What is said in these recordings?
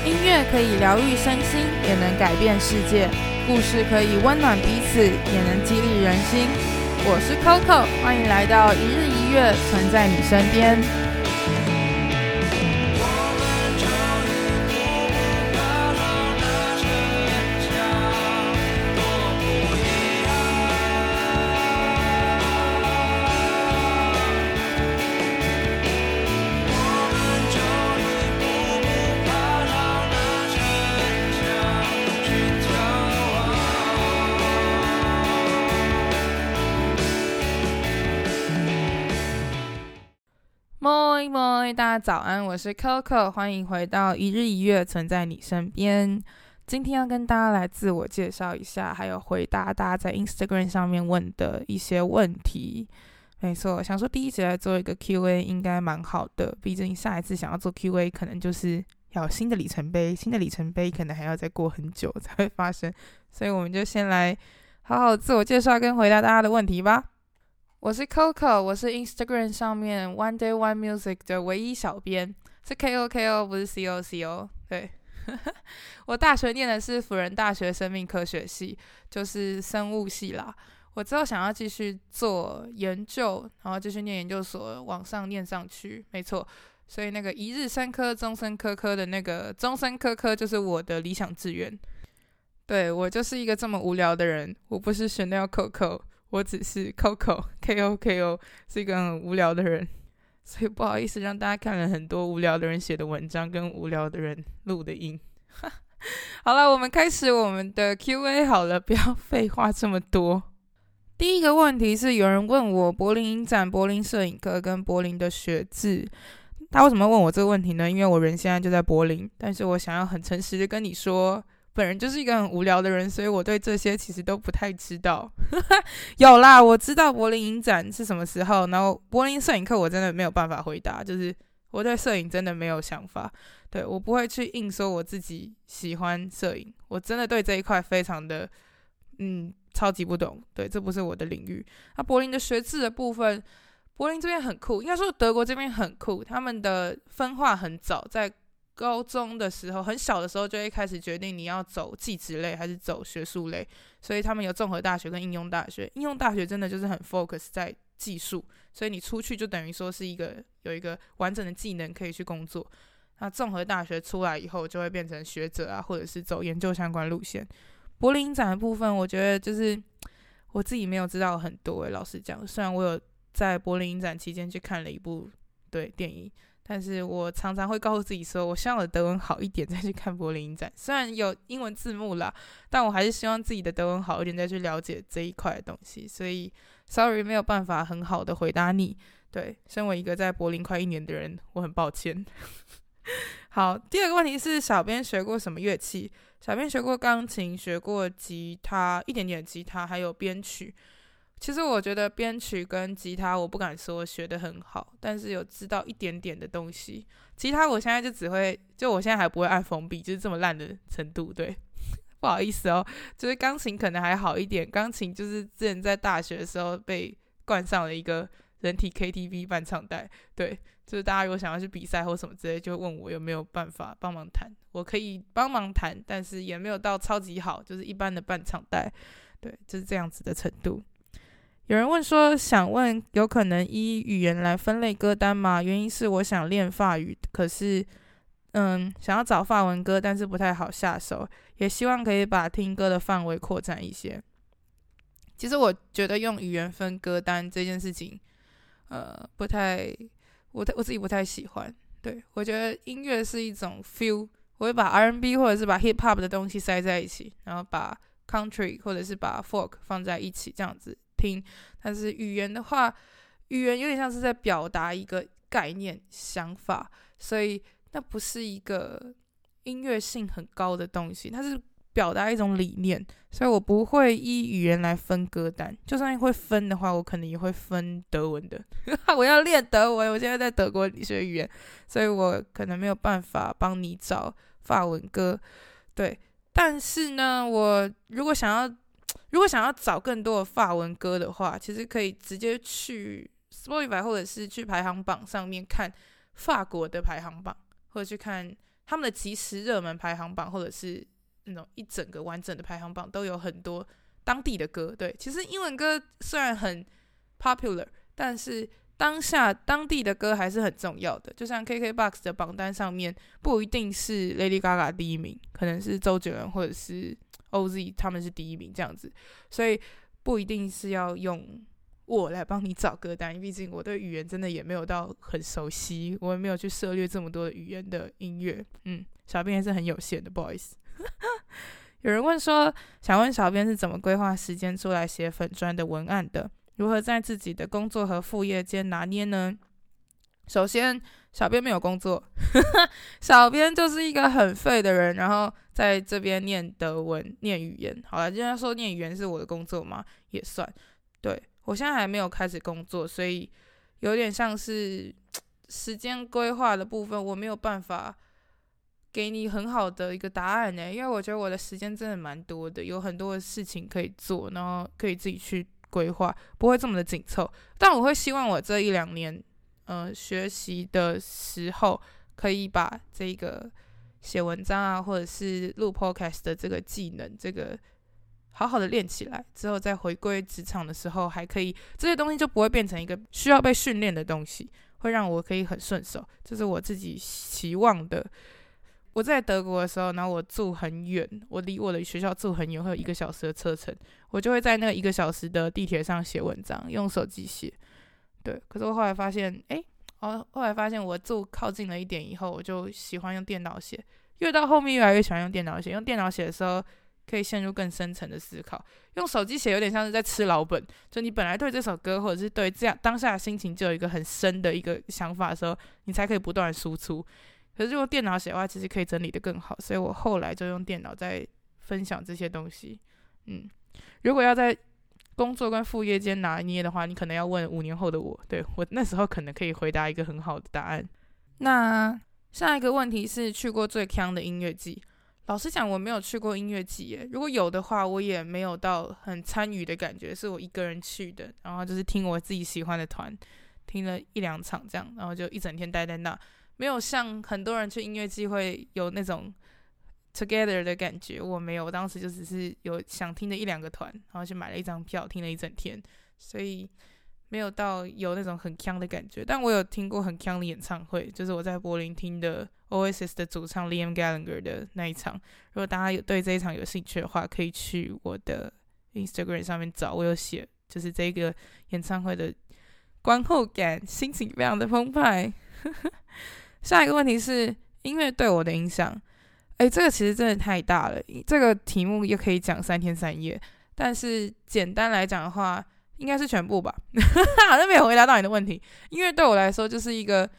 音乐可以疗愈身心，也能改变世界。故事可以温暖彼此，也能激励人心。我是 Coco， 欢迎来到一日一乐，存在你身边。大家早安，我是 Coco， 欢迎回到一日一乐，存在你身边。今天要跟大家来自我介绍一下，还有回答大家在 Instagram 上面问的一些问题。没错，想说第一集来做一个 Q&A 应该蛮好的，毕竟下一次想要做 Q&A 可能就是要有新的里程碑，新的里程碑可能还要再过很久才会发生，所以我们就先来好好自我介绍跟回答大家的问题吧。我是 Coco， 我是 Instagram 上面 One Day One Music 的唯一小编，是 KOKO 不是 COCO。 对我大学念的是辅仁大学生命科学系，就是生物系啦。我之后想要继续做研究，然后继续念研究所，往上念上去，没错。所以那个一日生科终身科科的那个终身科科就是我的理想志愿。对，我就是一个这么无聊的人，我不是 Chanel Coco，我只是 Coco KOKO， 是一个很无聊的人，所以不好意思让大家看了很多无聊的人写的文章跟无聊的人录的音。好了，我们开始我们的 Q&A 好了，不要废话这么多。第一个问题是有人问我柏林影展、柏林摄影课跟柏林的学制。他为什么问我这个问题呢？因为我人现在就在柏林，但是我想要很诚实的跟你说，本人就是一个很无聊的人，所以我对这些其实都不太知道。有啦，我知道柏林影展是什么时候，然后柏林摄影课我真的没有办法回答，就是我对摄影真的没有想法。对，我不会去硬说我自己喜欢摄影，我真的对这一块非常的超级不懂。对，这不是我的领域。那柏林的学制的部分，柏林这边很酷，应该说德国这边很酷，他们的分化很早，在高中的时候很小的时候就会开始决定你要走技职类还是走学术类，所以他们有综合大学跟应用大学。应用大学真的就是很 focus 在技术，所以你出去就等于说是有一个完整的技能可以去工作。那综合大学出来以后就会变成学者啊，或者是走研究相关路线。柏林影展的部分我觉得就是我自己没有知道很多老实讲，虽然我有在柏林影展期间去看了一部电影，但是我常常会告诉自己说，我希望我的德文好一点再去看柏林影展。虽然有英文字幕啦，但我还是希望自己的德文好一点再去了解这一块的东西。所以 sorry 没有办法很好的回答你。对，身为一个在柏林快1年的人，我很抱歉。好，第二个问题是小编学过什么乐器？小编学过钢琴，学过吉他，一点点吉他，还有编曲。其实我觉得编曲跟吉他我不敢说学得很好，但是有知道一点点的东西。吉他我现在就只会，就我现在还不会按封闭，就是这么烂的程度。对，不好意思哦。就是钢琴可能还好一点，钢琴就是之前在大学的时候被冠上了一个人体 KTV 伴唱带。对，就是大家如果想要去比赛或什么之类，就问我有没有办法帮忙弹。我可以帮忙弹，但是也没有到超级好，就是一般的伴唱带。对，就是这样子的程度。有人问说，想问有可能依语言来分类歌单吗？原因是我想练法语，可是想要找法文歌，但是不太好下手，也希望可以把听歌的范围扩展一些。其实我觉得用语言分歌单这件事情不太我自己不太喜欢。对，我觉得音乐是一种 feel， 我会把 R&B 或者是把 hip hop 的东西塞在一起，然后把 country 或者是把 folk 放在一起这样子听。但是语言的话，语言有点像是在表达一个概念想法，所以那不是一个音乐性很高的东西，它是表达一种理念，所以我不会依语言来分歌单。就算会分的话，我可能也会分德文的我要练德文，我现在在德国学语言，所以我可能没有办法帮你找法文歌。对，但是呢，我如果想要找更多的法文歌的话，其实可以直接去 Spotify 或者是去排行榜上面看法国的排行榜，或者去看他们的即时热门排行榜或者是那种一整个完整的排行榜都有很多当地的歌。对，其实英文歌虽然很 popular， 但是当下当地的歌还是很重要的。就像 KKBOX 的榜单上面不一定是 Lady Gaga 第一名，可能是周杰伦或者是 OZ 他们是第一名这样子，所以不一定是要用我来帮你找歌单，毕竟我对语言真的也没有到很熟悉，我也没有去涉猎这么多的语言的音乐。小编也是很有限的，不好意思。有人问说，想问小编是怎么规划时间出来写粉专的文案的？如何在自己的工作和副业间拿捏呢？首先，小编没有工作，小编就是一个很废的人，然后在这边念德文、念语言。好了，既然说念语言是我的工作嘛，也算。对，我现在还没有开始工作，所以有点像是时间规划的部分，我没有办法给你很好的一个答案呢，因为我觉得我的时间真的蛮多的，有很多的事情可以做，然后可以自己去规划，不会这么的紧凑。但我会希望我这1-2年学习的时候，可以把这个写文章啊，或者是录 podcast 的这个技能，这个好好的练起来，之后再回归职场的时候，还可以这些东西就不会变成一个需要被训练的东西，会让我可以很顺手，这是我自己期望的。我在德国的时候，然后我住很远，我离我的学校住很远，会有1个小时的车程，我就会在那个1个小时的地铁上写文章，用手机写。对，可是我后来发现，我住靠近了一点以后，我就喜欢用电脑写，越到后面越来越喜欢用电脑写。用电脑写的时候，可以陷入更深层的思考。用手机写有点像是在吃老本，就你本来对这首歌或者是对这样当下的心情就有一个很深的一个想法的时候，你才可以不断的输出。可是用电脑写的话，其实可以整理得更好，所以我后来就用电脑在分享这些东西。如果要在工作跟副业间拿捏的话，你可能要问5年后的我，对，我那时候可能可以回答一个很好的答案。那下一个问题是去过最强的音乐季。老实讲，我没有去过音乐季耶，如果有的话，我也没有到很参与的感觉，是我一个人去的，然后就是听我自己喜欢的团，听了1-2场这样，然后就一整天待在那，没有像很多人去音乐季会有那种 together 的感觉，我没有，我当时就只是有想听的1-2个团，然后去买了1张票，听了一整天，所以没有到有那种很强的感觉。但我有听过很强的演唱会，就是我在柏林听的 Oasis 的主唱 Liam Gallagher 的那一场。如果大家对这一场有兴趣的话，可以去我的 Instagram 上面找，我有写就是这个演唱会的观后感，心情非常的澎湃。下一个问题是音乐对我的影响。这个其实真的太大了，这个题目也可以讲3天3夜，但是简单来讲的话，应该是全部吧。好像没有回答到你的问题。音乐对我来说就是一个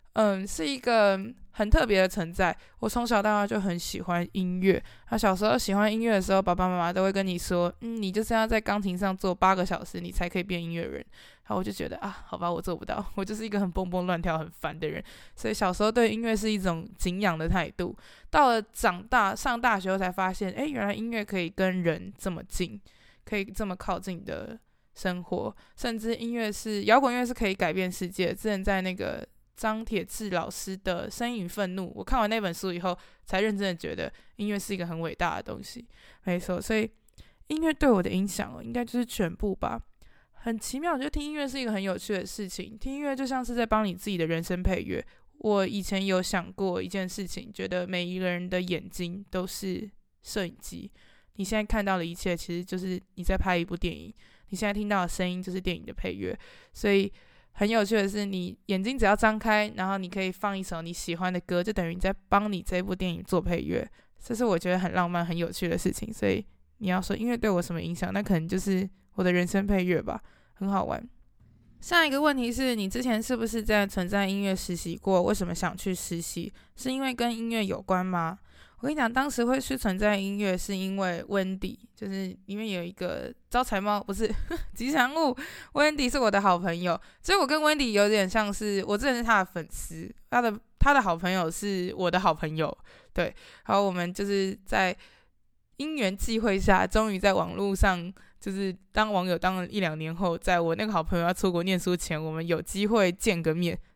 很特别的存在。我从小到大就很喜欢音乐。小时候喜欢音乐的时候，爸爸妈妈都会跟你说，你就是要在钢琴上坐8个小时，你才可以变音乐人。然后我就觉得好吧，我做不到，我就是一个很蹦蹦乱跳、很烦的人。所以小时候对音乐是一种敬仰的态度。到了长大上大学后才发现，原来音乐可以跟人这么近，可以这么靠近的生活，甚至摇滚乐是可以改变世界。之前在那个张铁志老师的《声音与愤怒》，我看完那本书以后，才认真的觉得音乐是一个很伟大的东西。没错，所以音乐对我的影响应该就是全部吧。很奇妙，我觉得听音乐是一个很有趣的事情。听音乐就像是在帮你自己的人生配乐。我以前有想过一件事情，觉得每一个人的眼睛都是摄影机，你现在看到的一切其实就是你在拍一部电影，你现在听到的声音就是电影的配乐。所以很有趣的是，你眼睛只要张开，然后你可以放一首你喜欢的歌，就等于你在帮你这部电影做配乐。这是我觉得很浪漫很有趣的事情。所以你要说音乐对我什么影响，那可能就是我的人生配乐吧，很好玩。下一个问题是，你之前是不是在存在音乐实习过？为什么想去实习？是因为跟音乐有关吗？我跟你讲，当时会去存在音乐是因为 Wendy， 就是里面有一个招财猫，不是吉祥物 Wendy 是我的好朋友。所以我跟 Wendy 有点像是，我之前是他的粉丝，他的好朋友是我的好朋友，对。然后我们就是在因缘际会下，终于在网络上就是当网友当了1-2年后，在我那个好朋友要出国念书前，我们有机会见个面。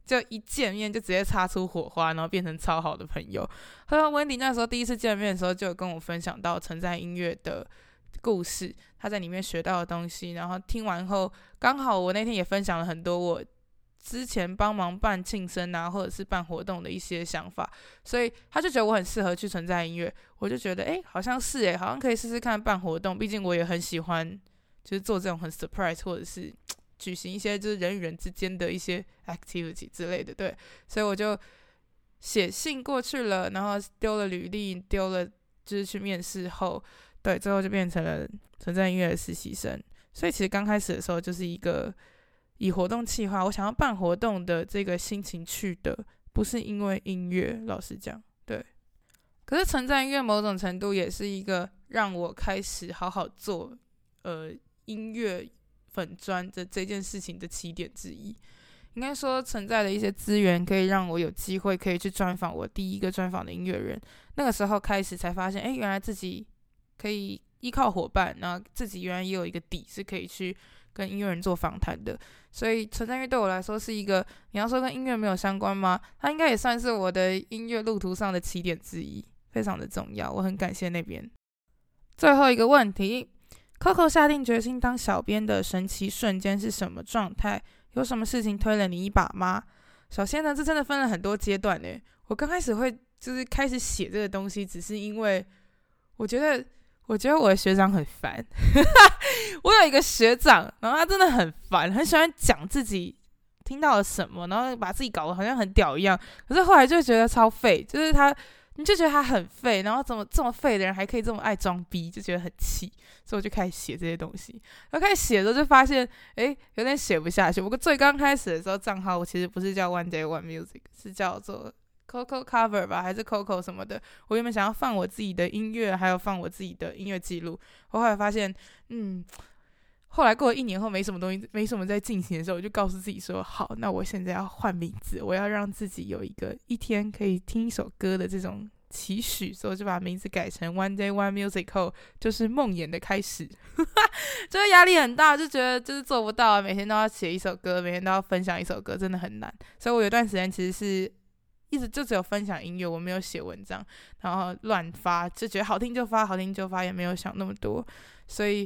就一见面就直接擦出火花，然后变成超好的朋友。和 Wendy 那时候第一次见面的时候，就有跟我分享到存在音乐的故事，他在里面学到的东西，然后听完后，刚好我那天也分享了很多我之前帮忙办庆生啊，或者是办活动的一些想法，所以他就觉得我很适合去存在音乐，我就觉得好像是好像可以试试看办活动，毕竟我也很喜欢就是做这种很 surprise 或者是举行一些就是人与人之间的一些 activity 之类的，对，所以我就写信过去了，然后丢了履历，丢了就是去面试后，对，最后就变成了存在音乐的实习生。所以其实刚开始的时候就是一个以活动企划，我想要办活动的这个心情去的，不是因为音乐，老实讲，对。可是存在音乐某种程度也是一个让我开始好好做音乐粉专的这件事情的起点之一。应该说存在的一些资源可以让我有机会可以去专访我第一个专访的音乐人，那个时候开始才发现原来自己可以依靠伙伴，然后自己原来也有一个底是可以去跟音乐人做访谈的。所以存在音乐对我来说是一个，你要说跟音乐没有相关吗？它应该也算是我的音乐路途上的起点之一，非常的重要，我很感谢那边。最后一个问题， Coco 下定决心当小编的神奇瞬间是什么状态？有什么事情推了你一把吗？首先呢，这真的分了很多阶段耶。我刚开始会就是开始写这个东西，只是因为我觉得我的学长很烦我有一个学长，然后他真的很烦，很喜欢讲自己听到了什么，然后把自己搞得好像很屌一样。可是后来就觉得超废，就是你就觉得他很废，然后怎么这么废的人还可以这么爱装逼，就觉得很气，所以我就开始写这些东西。然后开始写的时候就发现有点写不下去。不过最刚开始的时候账号我其实不是叫 One Day One Music， 是叫做 Coco Cover 吧，还是 Coco 什么的。我原本想要放我自己的音乐，还有放我自己的音乐记录。我后来发现后来过了1年后没什么东西，没什么在进行的时候，我就告诉自己说好，那我现在要换名字，我要让自己有一天可以听一首歌的这种期许，所以我就把名字改成 One Day One Music 后，就是梦魇的开始就是压力很大，就觉得就是做不到每天都要写一首歌，每天都要分享一首歌，真的很难。所以我有段时间其实是一直就只有分享音乐，我没有写文章，然后乱发，就觉得好听就发，好听就发，也没有想那么多。所以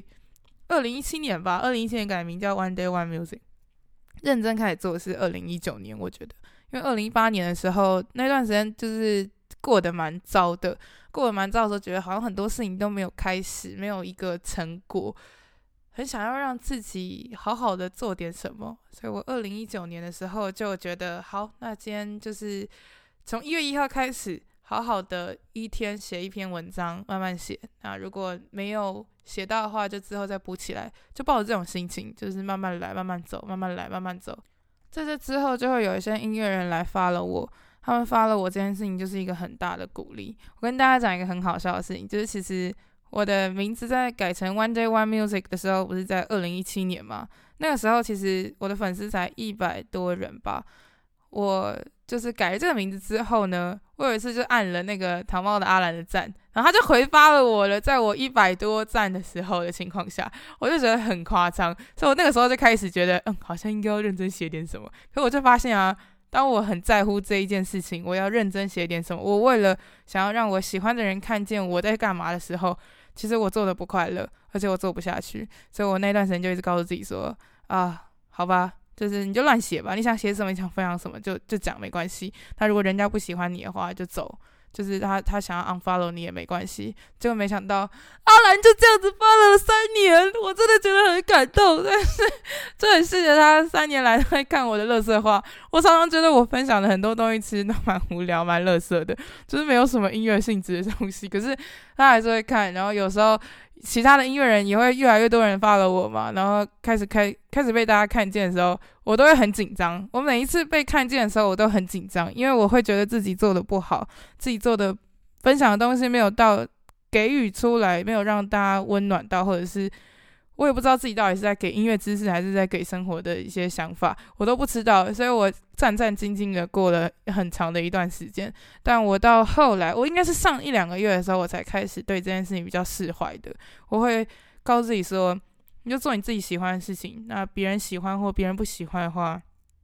2017年吧，2017年改名叫 One Day One Music， 认真开始做的是2019年。我觉得因为2018年的时候那段时间就是过得蛮糟的时候，觉得好像很多事情都没有开始，没有一个成果，很想要让自己好好的做点什么。所以我2019年的时候就觉得好，那今天就是从1月1号开始好好的一天写一篇文章，慢慢写。那如果没有写到的话，就之后再补起来，就抱着这种心情，就是慢慢来，慢慢走，慢慢来，慢慢走。在这之后就会有一些音乐人来follow我，他们follow我这件事情就是一个很大的鼓励。我跟大家讲一个很好笑的事情，就是其实我的名字在改成 One Day One Music 的时候，不是在2017年吗？那个时候其实我的粉丝才100多人吧。我就是改了这个名字之后呢，我有一次就按了那个糖猫的阿兰的赞，然后他就回发了我了，在我100多赞的时候的情况下，我就觉得很夸张，所以我那个时候就开始觉得好像应该要认真写点什么。可我就发现啊，当我很在乎这一件事情，我要认真写点什么，我为了想要让我喜欢的人看见我在干嘛的时候，其实我做的不快乐，而且我做不下去。所以我那段时间就一直告诉自己说好吧，就是你就乱写吧，你想写什么，你想分享什么就讲，没关系。那如果人家不喜欢你的话就走，就是他想要 unfollow 你也没关系。结果没想到阿兰就这样子follow了3年，我真的觉得很感动。但是就很谢谢他3年来都会看我的垃圾话。我常常觉得我分享的很多东西其实都蛮无聊蛮垃圾的，就是没有什么音乐性质的东西，可是他还是会看。然后有时候其他的音乐人也会越来越多人follow我嘛，然后开始被大家看见的时候，我都会很紧张。我每一次被看见的时候，我都很紧张，因为我会觉得自己做的不好，自己做的分享的东西没有到给予出来，没有让大家温暖到，或者是我也不知道自己到底是在给音乐知识还是在给生活的一些想法，我都不知道。所以我战战兢兢的过了很长的一段时间。但我到后来，我应该是上1-2个月的时候，我才开始对这件事情比较释怀的。我会告诉自己说，你就做你自己喜欢的事情，那别人喜欢或别人不喜欢的话，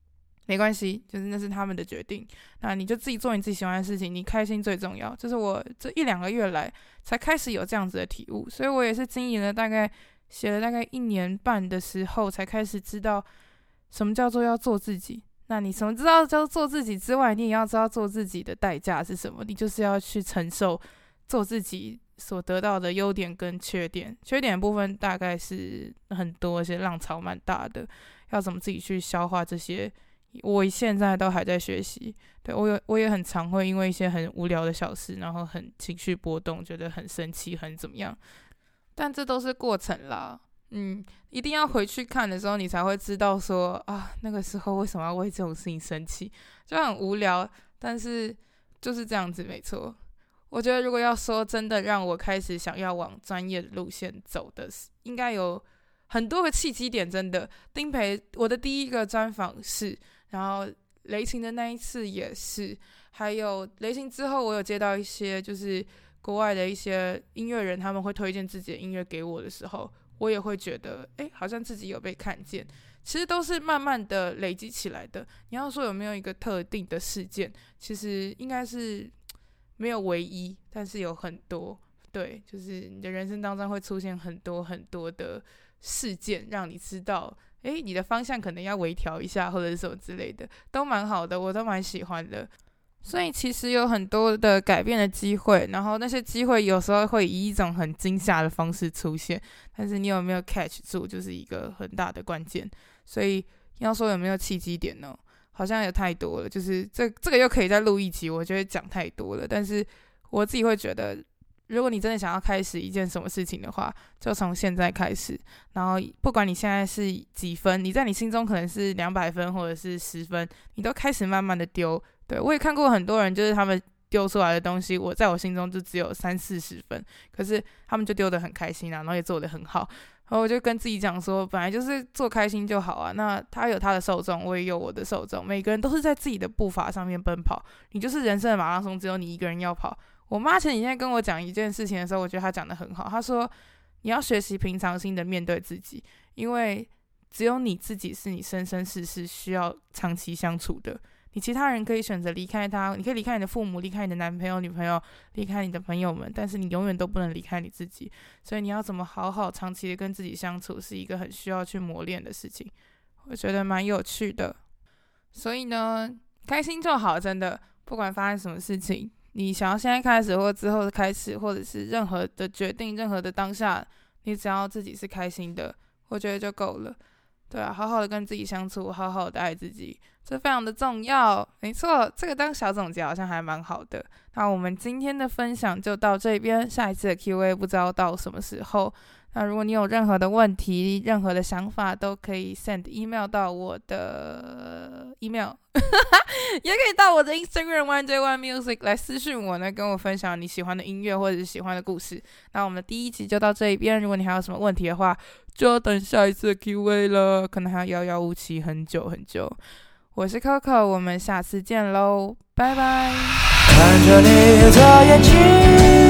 没关系，就是那是他们的决定。那你就自己做你自己喜欢的事情，你开心最重要。这是我这1-2个月来才开始有这样子的体悟，所以我也是经营了写了大概1年半的时候，才开始知道什么叫做要做自己。那你什么知道叫做做自己之外，你也要知道做自己的代价是什么。你就是要去承受做自己所得到的优点跟缺点。缺点的部分大概是很多，而且浪潮蛮大的，要怎么自己去消化这些，我现在都还在学习。对，我也很常会因为一些很无聊的小事，然后很情绪波动，觉得很生气，很怎么样。但这都是过程啦。一定要回去看的时候，你才会知道说啊，那个时候为什么要为这种事情生气，就很无聊，但是就是这样子，没错。我觉得如果要说真的让我开始想要往专业的路线走的，应该有很多个契机点。真的，丁培我的第一个专访是，然后雷霆的那一次也是，还有雷霆之后，我有接到一些就是国外的一些音乐人，他们会推荐自己的音乐给我的时候，我也会觉得好像自己有被看见。其实都是慢慢的累积起来的。你要说有没有一个特定的事件，其实应该是没有唯一，但是有很多。对，就是你的人生当中会出现很多很多的事件，让你知道你的方向可能要微调一下，或者是什么之类的，都蛮好的，我都蛮喜欢的。所以其实有很多的改变的机会，然后那些机会有时候会以一种很惊吓的方式出现，但是你有没有 catch 住，就是一个很大的关键。所以要说有没有契机点呢？好像有太多了，就是这个又可以再录一集，我觉得讲太多了。但是我自己会觉得，如果你真的想要开始一件什么事情的话，就从现在开始。然后不管你现在是几分，你在你心中可能是200分或者是10分，你都开始慢慢的丢。对，我也看过很多人，就是他们丢出来的东西，在我心中就只有30-40分，可是他们就丢得很开心啊，然后也做得很好。然后我就跟自己讲说，本来就是做开心就好啊。那他有他的受众，我也有我的受众，每个人都是在自己的步伐上面奔跑。你就是人生的马拉松，只有你一个人要跑。我妈前几天跟我讲一件事情的时候，我觉得她讲得很好。她说你要学习平常心的面对自己，因为只有你自己是你生生世世需要长期相处的。你其他人可以选择离开他，你可以离开你的父母，离开你的男朋友女朋友，离开你的朋友们，但是你永远都不能离开你自己。所以你要怎么好好长期的跟自己相处，是一个很需要去磨练的事情。我觉得蛮有趣的。所以呢，开心就好，真的，不管发生什么事情，你想要现在开始或之后开始，或者是任何的决定，任何的当下，你只要自己是开心的，我觉得就够了。对啊，好好的跟自己相处，好好的爱自己，这非常的重要。没错，这个当小总结好像还蛮好的。那我们今天的分享就到这边，下一次的 Q&A 不知道到什么时候。那如果你有任何的问题，任何的想法，都可以 send email 到我的 email 也可以到我的 Instagram1J1Music 来私讯我呢，跟我分享你喜欢的音乐或者是喜欢的故事。那我们的第一集就到这一边，如果你还有什么问题的话，就要等下一次的 Q&A 了，可能还要遥遥无期很久很久。我是 Coco， 我们下次见喽，拜拜。看着你的眼睛